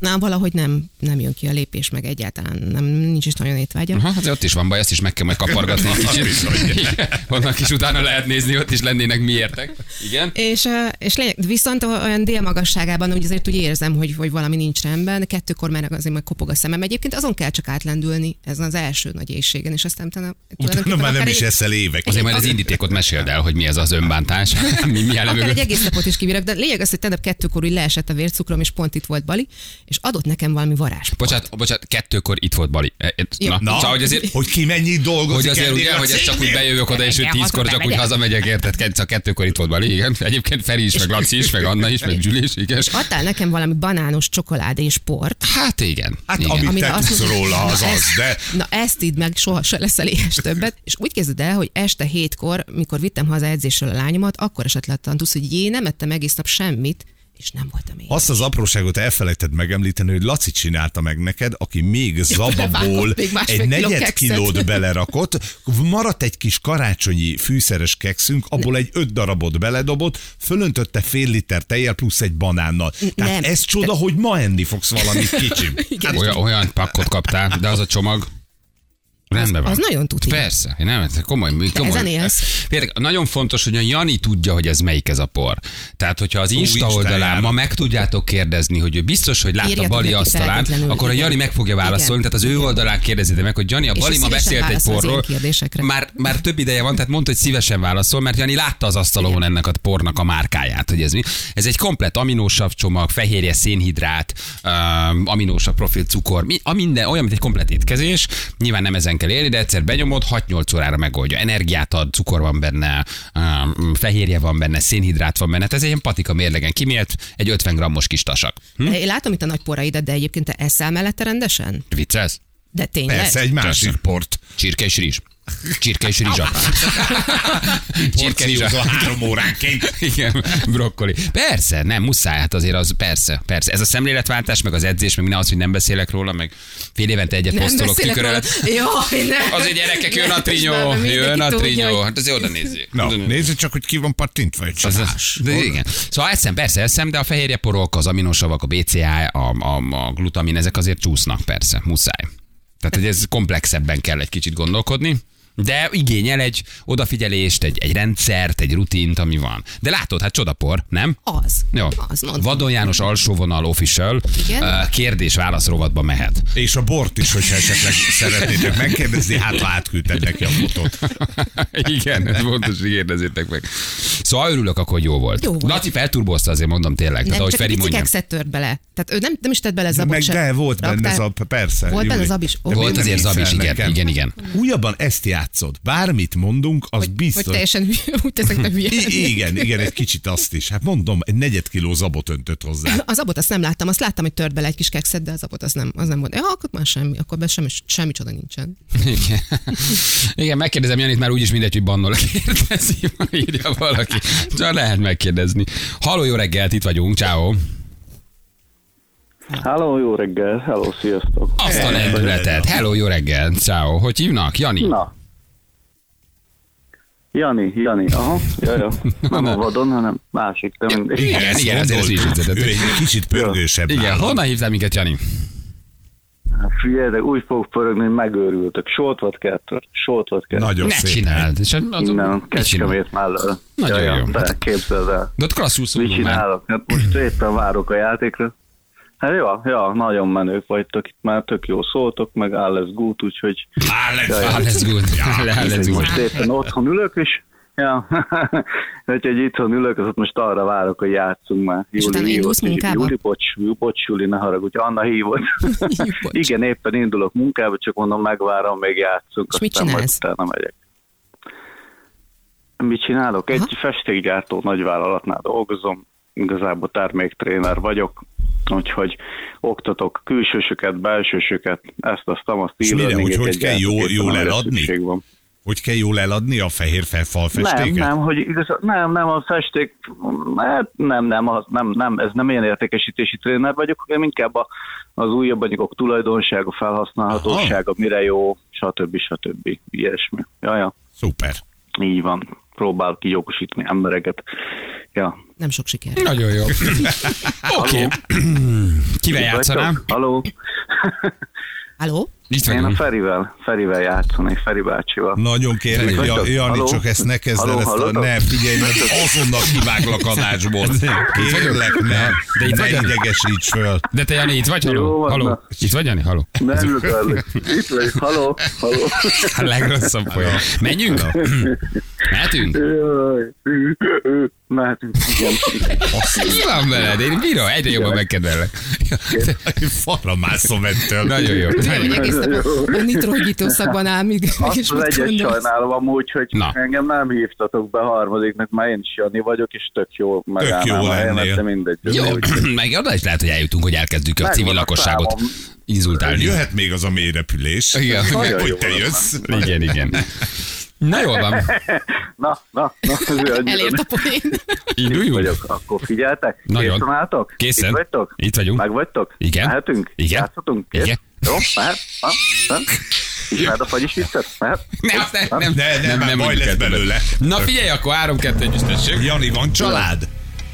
Na, valahogy nem, nem jön ki a lépés, meg egyáltalán nem, nincs is nagyon étvágya. Aha, hát ott is van baj, ezt is meg kell majd kapargatni egy kicsit. Vannak is utána lehet nézni, ott is lennének miértek. Igen. És, és lényeg, viszont olyan délmagasságában úgy azért úgy érzem, hogy, hogy valami nincs rendben, kettőkor már azért majd kopog a szemem. Egyébként azon kell csak átlendülni, ez az első nagy éjségen, és aztán utána... Utána már nem is eszel évek. Azért majd az indítékot meséld el, hogy mi ez az önbántás. mi, mi akár egy egész napot is kibírok, de lényeg az, hogy tegnap kettőkor úgy leesett a vércukrom, és pont itt volt Bali, és adott nekem valami varázsport. Bocsánat, bocsánat, kettőkor itt volt Bali. Na, Na szóval, hogy azért, hogy ki mennyit dolgozik. hogy azért ugye, hogy ez csak úgy bejövök oda, és ő tízkor csak úgy hazamegyek, érted? Csak kettőkor itt volt Bali, igen. Egyébként Feri is, meg Laci is, meg Anna is, meg Gyüli is, igen. És adtál nekem valami banános csokoládé sport. Hát igen. Hát igen. amit Amit te azt tudsz mondod, róla, az na az, ezt- de... Na ezt idd meg, soha se leszel éhes többet. És úgy kezded el, hogy este hétkor, mikor vittem haza edzésről a lányomat, akkor esett le a tantusz, hogy jé, nem ettem egész nap semmit, és nem voltam én. Azt az apróságot elfelejted megemlíteni, hogy Laci csinálta meg neked, aki még zababól belevágott még másfél egy kiló negyed kekszet. kilót belerakott, maradt egy kis karácsonyi fűszeres kekszünk, abból egy öt darabot beledobott, fölöntötte fél liter tejjel plusz egy banánnal. Tehát Nem. ez csoda, hogy ma enni fogsz valamit kicsim. Igen. Olyan, olyan pakkot kaptál, de az a csomag rendben van. az nagyon tuti. Persze, nem, ez komoly. komoly. ezen élsz. Például nagyon fontos, hogy a Jani tudja, hogy ez melyik ez a por. Tehát, hogyha az Insta oldalán Instáján. ma meg tudjátok kérdezni, hogy ő biztos, hogy látta Írjatok Bali neki asztalán, feltétlenül. akkor a Jani Igen. meg fogja válaszolni. Igen. Tehát az ő oldalán kérdezitek meg, hogy Jani, a És Bali ő ma szívesen beszélt egy válaszol az porról. ilyen kérdésekre. Már, már több ideje van, tehát mondta, hogy szívesen válaszol, mert Jani látta az asztalon ennek a pornak a márkáját, hogy ez mi. Ez egy komplet aminósav csomag, fehérje, szénhidrát, um, aminósav profil cukor, mi, a minden, olyan, mint egy komplet étkezés. Nyilván nem ezen kell élni, de egyszer benyomod, hat-nyolc órára megoldja. Energiát ad, cukor van benne, um, fehérje van benne, szénhidrát van benne. Tehát ez egy ilyen patika mérlegen kimért, egy ötven grammos kis tasak. Hm? Én látom itt a nagy poraidat, de egyébként te eszel mellette rendesen? Viccelsz? De tényleg? Persze, egy másik Persze. port. Csirke és rizs. Csirke és rizsa. Csirke rizsa. Porciózol három óránként. Igen, brokkoli. Persze, nem, muszáj, hát azért az, persze, persze. Ez a szemléletváltás, meg az edzés, meg minden az, hogy nem beszélek róla, meg fél évente egyet Nem posztolok beszélek tükör róla. előtt. Jaj, nem. Azért gyerekek, jön a Nem, trinyó, most már jön a mindenki trinyó. tudja, Hát azért oda nézzék. Na, nézzük csak, hogy ki van pattintva, egy Az, csalás. az, de igen. Szóval eszem, persze eszem, de a fehérjeporok, az aminosavak, a bé cé á, a, a, a glutamin, ezek azért csúsznak, persze, muszáj. Tehát, hogy ez komplexebben kell egy kicsit gondolkodni. De igényel egy odafigyelést, egy, egy rendszert, egy rutint, ami van. De látod, hát csodapor, nem? Az. Jó. Az, mondom. Vadon János alsóvonal official Igen. uh, kérdés-válasz rovatba mehet. És a bort is, hogyha esetleg szeretnétek megkérdezni, hát ha átküldted neki a fotót. Igen, ez fontos, hogy kérdezzétek meg. Szóval örülök, akkor jó volt. Jó volt. Laci felturbozta, azért mondom tényleg. Tehát, Nem, ahogy csak Feri egy mondja. kekszet tört bele. Tehát ő nem, nem is tett bele zabot Meg sem. de volt benne Raktál? zab, persze. Volt benne Júli. zab is? De Ó. miért Volt nem azért zab is, hiszel igen, nekem? igen, igen. Újabban ezt játszod. Bármit mondunk, az Hogy, biztos. hogy teljesen hülye, úgy teszek be hülye. I- igen, igen, egy kicsit azt is. Hát mondom, egy negyed kiló zabot öntött hozzá. Az abot azt nem láttam, azt láttam, hogy tört bele egy kis kekszet, de az abot az nem, az nem volt. Ja, akkor már semmi, akkor be semmi, semmi csoda nincsen. Igen. Igen, megkérdezem Janit, már úgyis mindegy, hogy bannol kérdezi, írja valaki. Csak lehet megkérdezni. Halló, jó reggelt, itt vagyunk, ciao. Halló, jó reggel, hello, sziasztok. Azt a lendületet. Hello, jó reggelt, ciao. Hogy hívnak? Jani? Na. Jani, Jani, aha, jaj, jaj. Nem a vadon, hanem másik, de mindegy. Igen, Ezt igen, ezért ez is gondoltam. üzetet. Ő egy kicsit pörgősebb. Igen, nálam. honnan hívtál minket, Jani? Figyeljetek, úgy fogok pörögni, hogy megőrültök. Soltvat kettő, soltvat kettő. Nagyon Ne szép. csináld. És az- az- Innen, mit csinál? Kecskemét mellől. Nagyon Jaj, jó. De képzeld el. De ott klasszul Mit szólunk már. csinálok? Hát most éppen várok a játékra. Hát jó, ja, nagyon menők vagytok, itt már tök jó szóltok, meg alles good, úgyhogy Á, Jaj, Ah, let's good. Let's good. most éppen otthon ülök, és ja, úgyhogy itthon ülök, az ott most arra várok, hogy játszunk már. És utána hívott, indulsz munkába? Júli, bocs, bocs, Júli, ne haragudj, Anna hívott. Bocs. Igen, éppen indulok munkába, csak mondom, megvárom, még játszunk, És mit aztán majd csinálsz? utána megyek. Mit csinálok? Egy Aha. festékgyártó nagyvállalatnál dolgozom, igazából terméktréner vagyok, úgyhogy oktatok külsősöket, belsősöket, ezt, azt, azt, És mire, hogy hogy kell jól- jól eladni? szükség van. Hogy kell jól eladni a fehér felfalfestéket? Nem, nem, hogy igaz, nem, nem, a festék, hát nem, nem, az, nem, nem, ez nem ilyen értékesítési tréner vagyok, hanem inkább a, az újabb anyagok tulajdonsága, felhasználhatósága, mire jó, stb. stb. Ilyesmi. Jaja, Szuper. így van. Próbál kijogosítani embereket Ja. Nem sok siker. Nagyon jó. Oké. Kivel játszanám? Haló? Halló? Itt Én a vagyunk. Ferivel, Ferivel játszanék, Feri bácsival. Nagyon kérlek, Feri, ja, vagytok? Jani, Haló? csak ezt ne kezd el, Haló, ezt a, hallottok? ne, figyelj, mert azonnal kiváglak adásból. Kérlek, ne, De itt ne vagy, Jani? idegesíts föl. De te, Jani, itt vagy? Jó Haló? van, Haló? na. Itt vagy, Jani? Haló? Nem jöttem. Itt vagy, haló, haló. A legrosszabb folyam. Menjünk? Mehetünk? Jaj. Mehetünk, igen. Mi van veled? Én bírom, egyre jobban megkedvellek. Falra mászom ettől. Nagyon jó. Hogy egész nap a nitrogító szakban áll, míg Azt és az mit egyet gondolsz? sajnálom amúgy, hogy Na. engem nem hívtatok be harmadiknak, mert én is Jani vagyok, és tök jó megállnám jó a helyemet, lennél. de mindegy. Jó, Úgyhogy meg oda is lehet, hogy eljutunk, hogy elkezdjük a Megvan civil a lakosságot számom. inzultálni. Jöhet még az a mélyrepülés. Igen. Nagyon Hogy jó te van. jössz. Igen, igen. Na jól van. Na, na, na, ez annyira Elért a poén. Induljunk? vagyok. Akkor figyeltek? Nagyon. Készen álltok? Készen. Itt vagytok? Itt vagyunk. Meg vagytok? Igen. Mehetünk? Igen. Játszhatunk? Kész? Igen. Jó, mehet? Ha? Ha? Ismered a fagyis viccet? Mehet? Nem, nem, nem. Ne, ne, már baj úgy lesz kell tudod. belőle. Na figyelj, akkor három kettő együtt tessék. Jani, van család?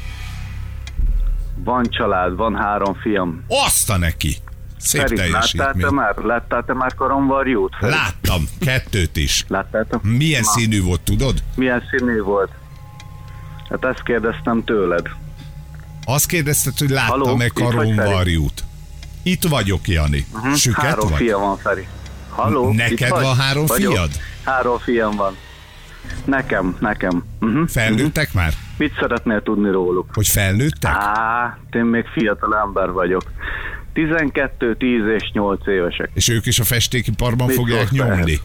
Van család, van három fiam. Azt a neki. Szép Feri, láttál te teljesítmény. már? Láttál te már koromvarjút? Feri? Láttam, kettőt is. Láttál te? Milyen Na, színű volt, tudod? Milyen színű volt? Hát ezt kérdeztem tőled. Azt kérdezted, hogy Haló, láttam-e itt vagy, karomvarjút. Itt vagyok, Jani. Hm? Süket három vagy? fia van, Feri. Haló? Neked itt vagy? van három Vagyok. fiad? Három fiam van. Nekem, nekem. Uh-huh. Felnőttek már? Mit szeretnél tudni róluk? Hogy felnőttek? Á, én még fiatal ember vagyok. tizenkettő, tíz és nyolc évesek. És ők is a festékiparban Mit fogják szólsz nyomni? ehhez?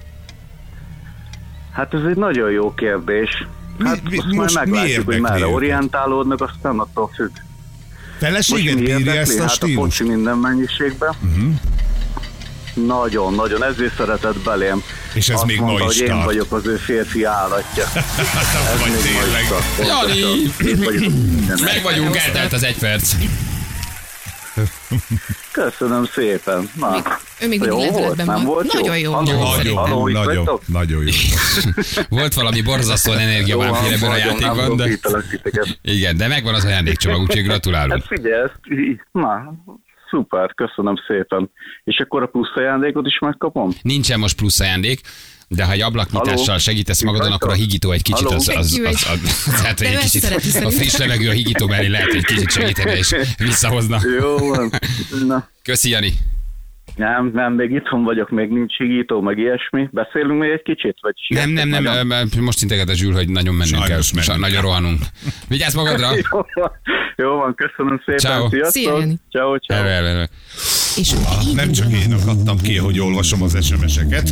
Hát ez egy nagyon jó kérdés. Hát Mi- mi- azt most majd mi meglátjuk, hogy érdekli merre őket? orientálódnak, aztán attól függ. Feleséged mi bírja érdekli? ezt a Hát a stílust? foci minden mennyiségben. Uh-huh. Nagyon, nagyon, ezért szeretett belém. És ez Azt még ma mondta, is hogy én tart. vagyok az ő férfi állatja. Ez Vagy még ma is tényleg. tart. Jani! Itt vagyok minden. Meg vagyunk, eltelt az egy perc. Köszönöm szépen. Na, Ő még mindig jó volt? lendületben Nem van. volt jó? Nagyon jó. Haló, Nagyon Nagyon, Haló, itt nagyon, vagytok? nagyon jó. Volt valami borzasztóan energiavámpír ebben a játékban, de... titeket. Igen, de megvan az ajándékcsomag, úgyhogy gratulálunk. Hát figyelj, ezt, így- na, szuper, köszönöm szépen. És akkor a plusz ajándékot is megkapom? Nincsen most plusz ajándék, de ha egy ablaknyitással Haló? segítesz Itt magadon, vagytok? akkor a higító egy kicsit Haló? az, az, az, az, az tehát, hogy De egy ő kicsit ezt szereti a szerintem. friss levegő a higító mellé lehet, hogy kicsit segítene és visszahozna. Jó van. Na, Köszi, Jani. nem, nem, még itthon vagyok, még nincs higító, meg ilyesmi. Beszélünk még egy kicsit? Vagy Nem, nem, nem, Nagyon- ö, most integet a Zsül, hogy nagyon mennünk kell. Sajnos mennünk Sa- Nagyon kell. rohanunk. Vigyázz magadra! Jó van, jó van, köszönöm szépen. Ciao. Sziasztok. Szia, Jani. Ciao, ciao. Erre, erre, erre. És Nem csak én akadtam ki, hogy olvasom az es em es-eket.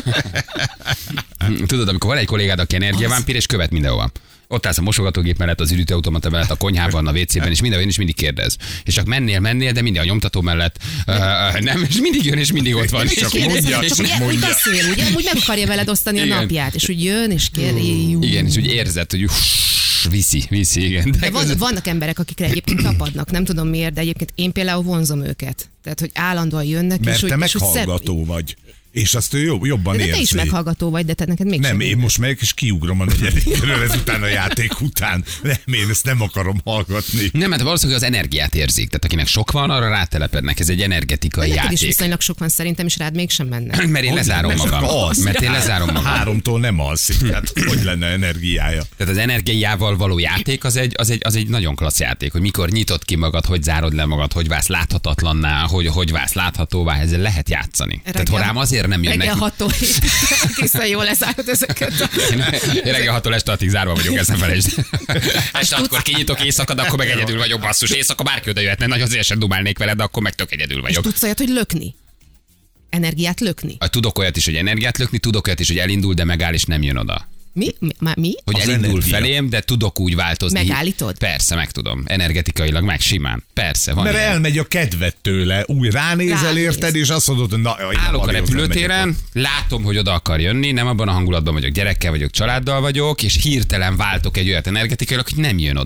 Tudod, amikor van egy kollégád, aki energiavámpír, és követ mindenhova. Ott állsz a mosogatógép mellett, az üdítőautomata mellett, a konyhában, a vé cében, és mindenhol és mindig kérdez. És csak mennél, mennél, de mindig a nyomtató mellett. Uh, nem, és mindig jön, és mindig ott van. És És csak kérdez, mondja, és csak csak úgy, úgy mondja. beszél, ugye? Úgy meg akarja veled osztani Igen. a napját, és úgy jön, és kér, igen, és úgy érzed, hogy uff, viszi, viszi, igen. De van, vannak emberek, akikre egyébként tapadnak, nem tudom miért, de egyébként én például vonzom őket. Tehát, hogy állandóan jönnek, Mert és úgy, te és úgy meghallgató vagy. És azt ő jobb, jobban De te érzi. is meghallgató vagy, de te neked még Nem, én most megyek és kiugrom a negyedik körül ezután a játék után. Nem, én ezt nem akarom hallgatni. Nem, mert valószínűleg az energiát érzik. Tehát akinek sok van, arra rátelepednek. Ez egy energetikai Neked is játék. viszonylag sok van szerintem, és rád mégsem mennek. Mert én lezárom Mert csak magam. alszik. Mert én lezárom magam. Háromtól nem alszik. Hát hogy lenne energiája? Tehát az energiával való játék az egy, az, egy, az egy nagyon klassz játék, hogy mikor nyitod ki magad, hogy zárod le magad, hogy válsz láthatatlanná, hogy, hogy válsz láthatóvá, ezzel lehet játszani. Tehát ha rám azért nem jönnek. Reggel hattól egészen jól lezárod ezeket. Én reggel hattól este hatig zárva vagyok, ezt nem felejtsd. Este hatkor kinyitok éjszaka, de akkor meg egyedül vagyok, basszus. Éjszaka bárki oda jöhetne, nagyon szívesen dumálnék veled, de akkor meg tök egyedül És vagyok. tudsz olyat, hogy lökni? Energiát lökni? Tudok olyat is, hogy energiát lökni, tudok olyat is, hogy elindul, de megáll és nem jön oda. Mi? Mi? Már mi? Hogy Az elindul energia. felém, de tudok úgy változni. Megállítod? Persze, meg tudom. Energetikailag, meg simán. Persze, van Mert ilyen. elmegy a kedved tőle, úgy ránézel Ránéz. érted, és azt mondod, hogy na, én Állok a alig, az nem repülőtéren, megyek látom, hogy oda akar jönni, nem abban a hangulatban vagyok, gyerekkel vagyok, családdal vagyok, és hirtelen váltok egy olyat energetikailag, hogy nem jön oda.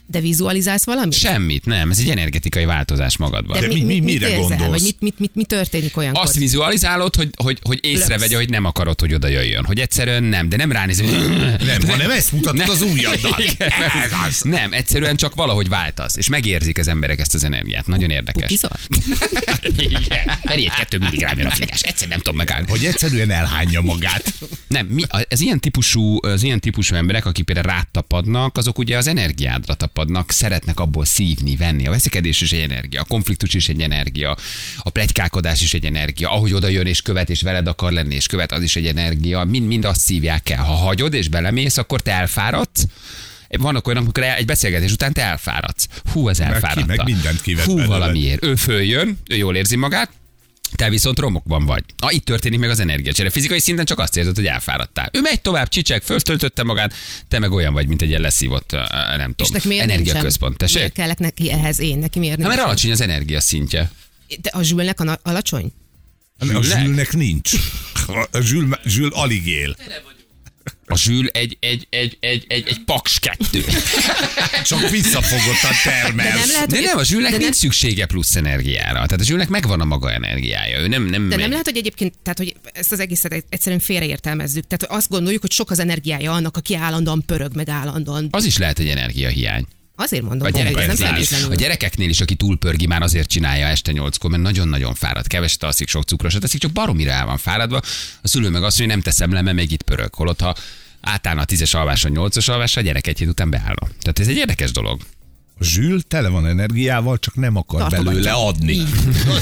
De vizualizálsz valamit? Semmit, nem. Ez egy energetikai változás magadban. De mi- mi- mire mit érzel? gondolsz? Vagy mit, mit, mit, mi történik olyankor? Azt vizualizálod, hogy, hogy, hogy észrevegye, hogy nem akarod, hogy oda jöjjön. Hogy egyszerűen nem, de nem ránéz. Nem, hanem ezt mutatod az ujjaddal. Igen, Ez az. nem, egyszerűen csak valahogy váltasz, és megérzik az emberek ezt az energiát. Nagyon érdekes. Pukizol? Igen. Feri egy kettő milligrámja a fligás. Egyszer nem tudom megállni. Hogy egyszerűen elhányja magát. Nem, mi, az, ilyen típusú, az ilyen típusú emberek, akik például rád tapadnak, azok ugye az energiádra tapadnak, szeretnek abból szívni, venni. A veszekedés is egy energia, a konfliktus is egy energia, a pletykálkodás is egy energia, ahogy oda jön és követ, és veled akar lenni, és követ, az is egy energia. Mind, mind azt szívják el. Ha hagyod és belemész, akkor te elfáradsz. Vannak olyanok, amikor el, egy beszélgetés után te elfáradsz. Hú, ez elfáradta. Meg mindent kivett Hú, belőle. valamiért. Ő följön, ő jól érzi magát, te viszont romokban vagy. Ah, itt történik meg az energiacsere. Fizikai szinten csak azt érzed, hogy elfáradtál. Ő megy tovább, csicsek, föltöltötte magát, te meg olyan vagy, mint egy ilyen leszívott, uh, nem És tudom, neki miért energiaközpont. nincsen? Miért Tessék? kellek neki ehhez én? Neki miért Na, mert nincsen? alacsony az energia szintje. De a Zsülnek a na- alacsony? A Zsülnek nincs. A Zsül, Zsül alig él. A Zsül egy, egy, egy, egy, egy, egy paks kettő. Csak visszafogottan De termel. nem lehet, De hogy- nem, a Zsülnek de nem- nincs szüksége plusz energiára. Tehát a Zsülnek megvan a maga energiája. Ő nem, nem De megy. nem lehet, hogy egyébként, tehát hogy ezt az egészet egyszerűen félreértelmezzük. Tehát hogy azt gondoljuk, hogy sok az energiája annak, aki állandóan pörög, meg állandóan. Az is lehet egy energiahiány. Azért mondom, A hogy ez nem gyerekeknél, is, feltétlenül. a gyerekeknél is, aki túlpörgi, már azért csinálja este nyolckor, mert nagyon-nagyon fáradt. Keveset alszik, sok cukrosat eszik, csak baromira el van fáradva. A szülő meg azt mondja, hogy nem teszem le, mert még itt pörög. Holott, ha átállna a tízes alvásra, nyolcas alvásra, a gyerek egy hét után beállna. Tehát ez egy érdekes dolog. A Zsül tele van energiával, csak nem akar Tartogatja. belőle adni. Így.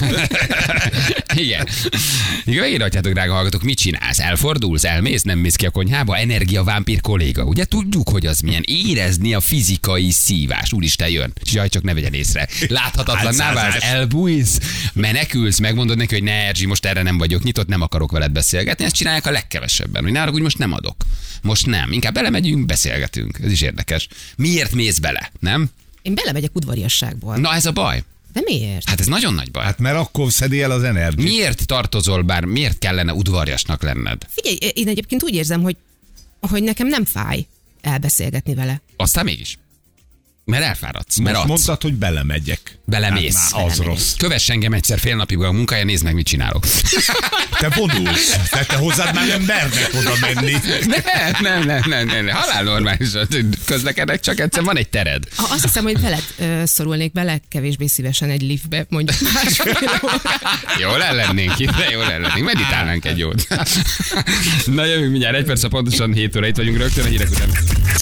Igen. Igen, megint adjátok, drága hallgatók, mit csinálsz? Elfordulsz, elmész, nem mész ki a konyhába? Energiavámpír kolléga. Ugye tudjuk, hogy az milyen. Érezni a fizikai szívás. Úristen, jön. Jaj, csak ne vegyen észre. Láthatatlanná válsz, elbújsz, menekülsz, megmondod neki, hogy ne, Erzsi, most erre nem vagyok nyitott, nem akarok veled beszélgetni. Ezt csinálják a legkevesebben. Hogy náluk úgy most nem adok. Most nem. Inkább belemegyünk, beszélgetünk. Ez is érdekes. Miért mész bele, nem? Én belemegyek udvariasságból. Na ez a baj. De miért? Hát ez nagyon nagy baj. Hát mert akkor szedi el az energiát. Miért tartozol, bár miért kellene udvarjasnak lenned? Figyelj, én egyébként úgy érzem, hogy, hogy nekem nem fáj elbeszélgetni vele. Aztán mégis. Mert elfáradsz, mert Most adsz. mondtad, hogy belemegyek. Belemész. Hát már az Belemegyek. rossz. Kövess engem egyszer fél napig a munkája, nézd meg, mit csinálok. Te vonulsz. Te, te hozzád már nem mernek oda menni. nem, nem, nem, nem, nem, nem. Halál normális, közlekedek, csak egyszer van egy tered. A- Azt hiszem, hogy veled ö, szorulnék bele kevésbé szívesen egy liftbe, mondjuk másfél óra. Jól ellennénk itt, de jól ellennénk. Meditálnánk egy jót. Na jövünk mindjárt, egy perc, pontosan hét óra itt vagyunk rögtön, a hírek után.